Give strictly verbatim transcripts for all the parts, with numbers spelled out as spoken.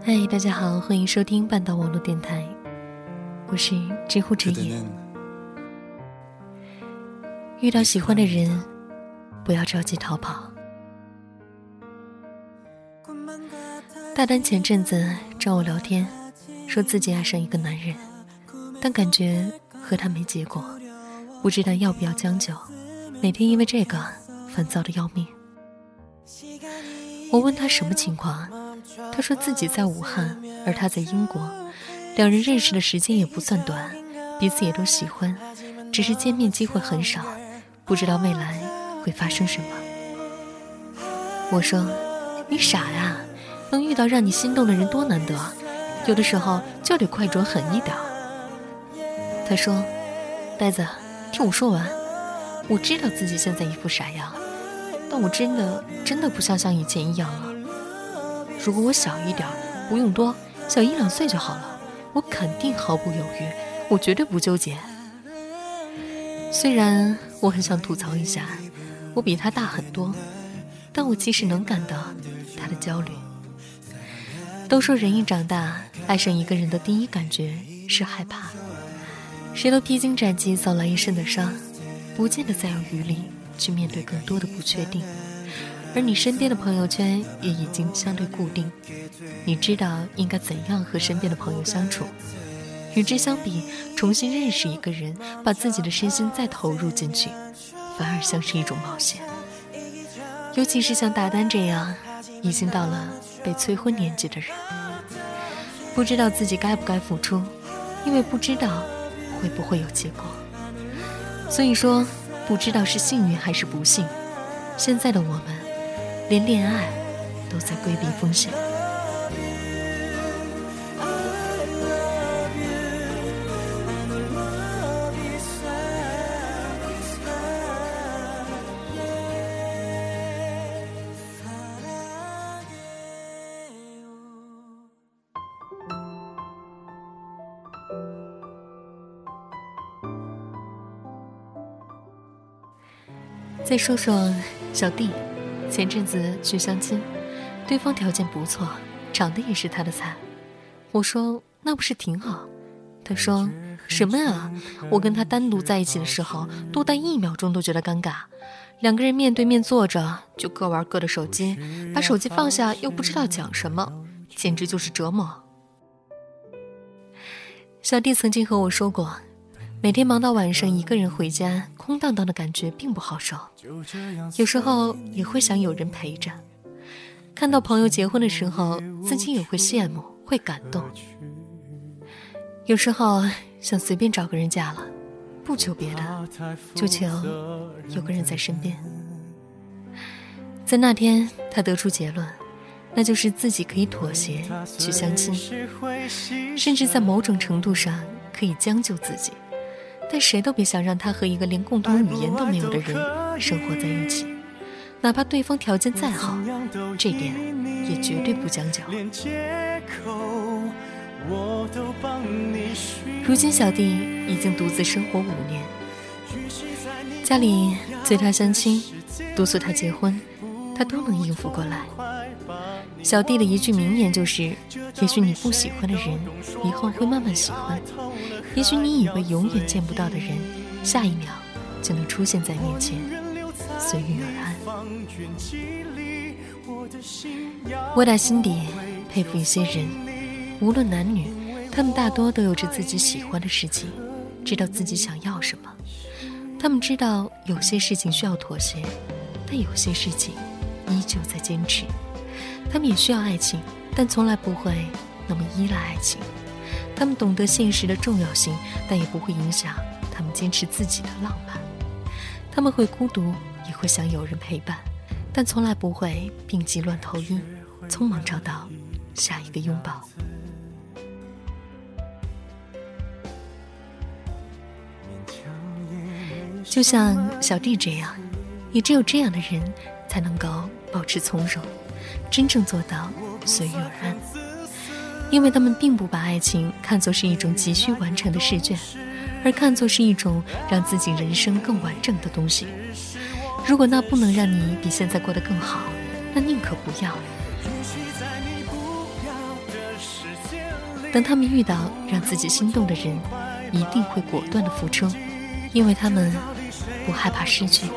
嗨，大家好，欢迎收听半岛网络电台，我是知乎之野。遇到喜欢的人，不要着急逃跑。大丹前阵子找我聊天，说自己爱上一个男人，但感觉和他没结果，不知道要不要将就，每天因为这个烦躁的要命。我问他什么情况，他说自己在武汉，而他在英国，两人认识的时间也不算短，彼此也都喜欢，只是见面机会很少，不知道未来会发生什么。我说你傻呀，能遇到让你心动的人多难得，有的时候就得快准狠一点。他说呆子，听我说完，我知道自己现在一副傻样，但我真的真的不想像以前一样了。如果我小一点，不用多，小一两岁就好了，我肯定毫不犹豫，我绝对不纠结。虽然我很想吐槽一下，我比他大很多，但我其实能感到他的焦虑。都说人一长大，爱上一个人的第一感觉是害怕，谁都披荆斩棘走来一身的伤，不见得再有余力去面对更多的不确定。而你身边的朋友圈也已经相对固定，你知道应该怎样和身边的朋友相处。与之相比，重新认识一个人，把自己的身心再投入进去，反而像是一种冒险。尤其是像大丹这样已经到了被催婚年纪的人，不知道自己该不该付出，因为不知道会不会有结果。所以说，不知道是幸运还是不幸，现在的我们连恋爱都在规避风险。再说说小弟，前阵子去相亲，对方条件不错，长得也是他的菜。我说那不是挺好？他说什么呀，我跟他单独在一起的时候，多待一秒钟都觉得尴尬，两个人面对面坐着就各玩各的手机，把手机放下又不知道讲什么，简直就是折磨。小弟曾经和我说过，每天忙到晚上一个人回家，空荡荡的感觉并不好受，有时候也会想有人陪着。看到朋友结婚的时候，自己也会羡慕，会感动。有时候想随便找个人嫁了，不求别的，就求有个人在身边。在那天，他得出结论，那就是自己可以妥协去相亲，甚至在某种程度上可以将就自己，但谁都别想让他和一个连共同语言都没有的人生活在一起，哪怕对方条件再好，这点也绝对不将就。如今小弟已经独自生活五年，家里催他相亲，督促他结婚，他都能应付过来。小弟的一句名言就是，也许你不喜欢的人以后会慢慢喜欢，也许你以为永远见不到的人，下一秒就能出现在面前，随遇而安。我打心底佩服一些人，无论男女，他们大多都有着自己喜欢的事情，知道自己想要什么。他们知道有些事情需要妥协，但有些事情依旧在坚持。他们也需要爱情，但从来不会那么依赖爱情。他们懂得现实的重要性，但也不会影响他们坚持自己的浪漫。他们会孤独，也会想有人陪伴，但从来不会病急乱投医，匆忙找到下一个拥抱。就像小弟这样，也只有这样的人才能够保持从容，真正做到随遇而安。因为他们并不把爱情看作是一种急需完成的试卷，而看作是一种让自己人生更完整的东西。如果那不能让你比现在过得更好，那宁可不要。 当他们遇到让自己心动的人，一定会果断的付出，因为他们不害怕失去。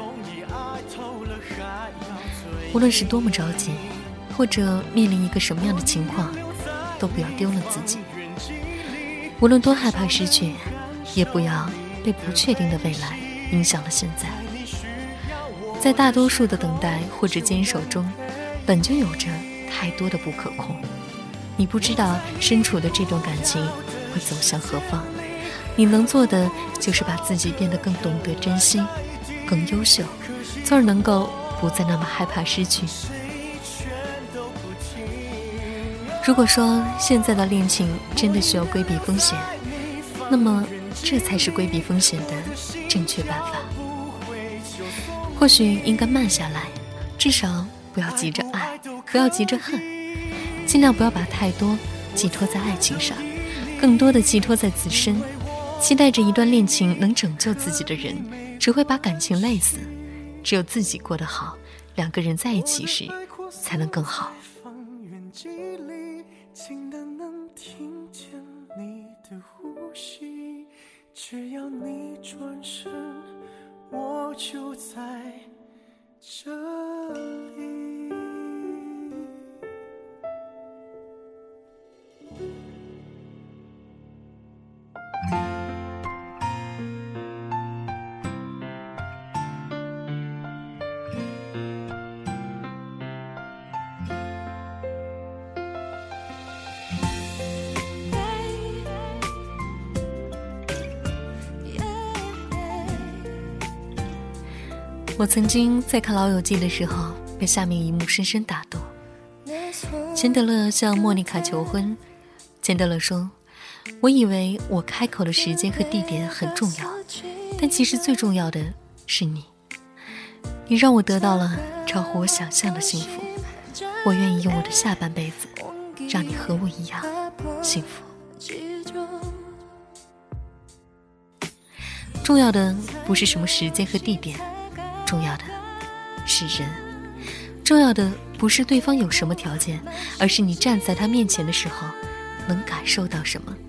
无论是多么着急，或者面临一个什么样的情况，都不要丢了自己。无论多害怕失去，也不要被不确定的未来影响了现在。在大多数的等待或者坚守中，本就有着太多的不可控。你不知道身处的这段感情会走向何方，你能做的就是把自己变得更懂得珍惜，更优秀，从而能够不再那么害怕失去。如果说现在的恋情真的需要规避风险，那么这才是规避风险的正确办法。或许应该慢下来，至少不要急着爱，不要急着恨，尽量不要把太多寄托在爱情上，更多的寄托在自身。期待着一段恋情能拯救自己的人，只会把感情累死。只有自己过得好，两个人在一起时才能更好。近的能听见你的呼吸，只要你转身，我就在这里。我曾经在看《老友记》的时候，被下面一幕深深打动。钱德勒向莫妮卡求婚，钱德勒说：“我以为我开口的时间和地点很重要，但其实最重要的是你。你让我得到了超乎我想象的幸福，我愿意用我的下半辈子，让你和我一样幸福。”重要的不是什么时间和地点，重要的是人。重要的不是对方有什么条件，而是你站在他面前的时候能感受到什么。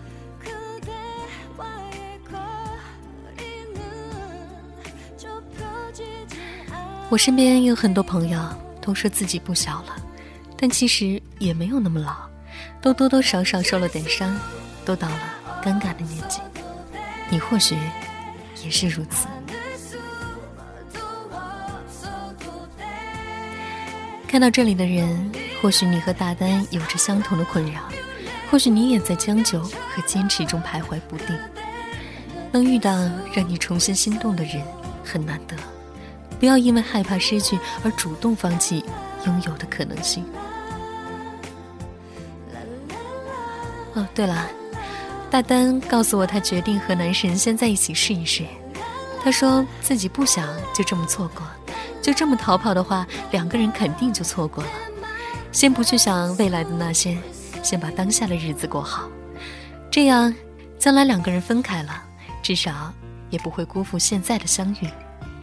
我身边有很多朋友都说自己不小了，但其实也没有那么老，都多多少少受了点伤，都到了尴尬的年纪。你或许也是如此。看到这里的人，或许你和大丹有着相同的困扰，或许你也在将就和坚持中徘徊不定。能遇到让你重新心动的人很难得，不要因为害怕失去而主动放弃拥有的可能性。哦，对了，大丹告诉我他决定和男神先在一起试一试。他说自己不想就这么错过，就这么逃跑的话，两个人肯定就错过了。先不去想未来的那些，先把当下的日子过好，这样将来两个人分开了，至少也不会辜负现在的相遇。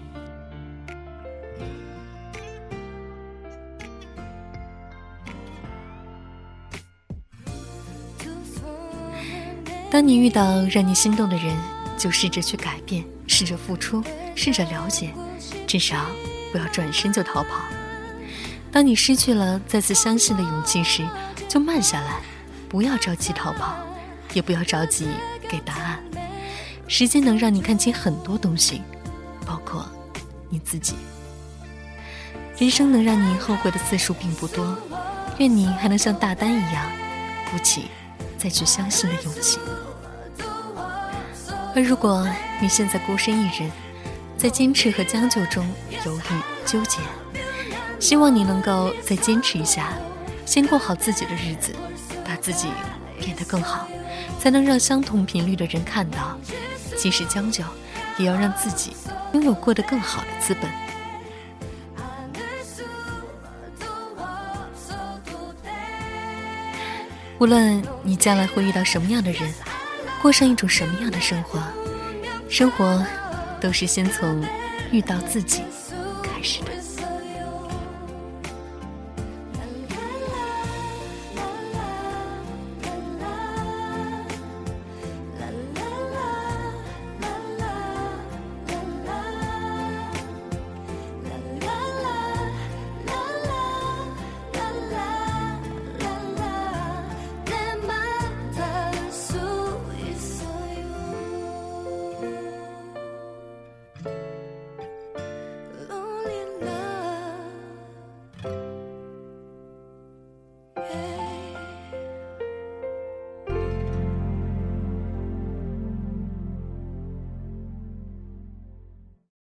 当你遇到让你心动的人，就试着去改变，试着付出，试着了解，至少不要转身就逃跑。当你失去了再次相信的勇气时，就慢下来，不要着急逃跑，也不要着急给答案。时间能让你看清很多东西，包括你自己。人生能让你后悔的次数并不多，愿你还能像大丹一样鼓起再去相信的勇气。而如果你现在孤身一人，在坚持和将就中犹豫纠结，希望你能够再坚持一下，先过好自己的日子，把自己变得更好，才能让相同频率的人看到，即使将就，也要让自己拥有过得更好的资本。无论你将来会遇到什么样的人，过上一种什么样的生活，生活都是先从遇到自己开始的。 Yeah.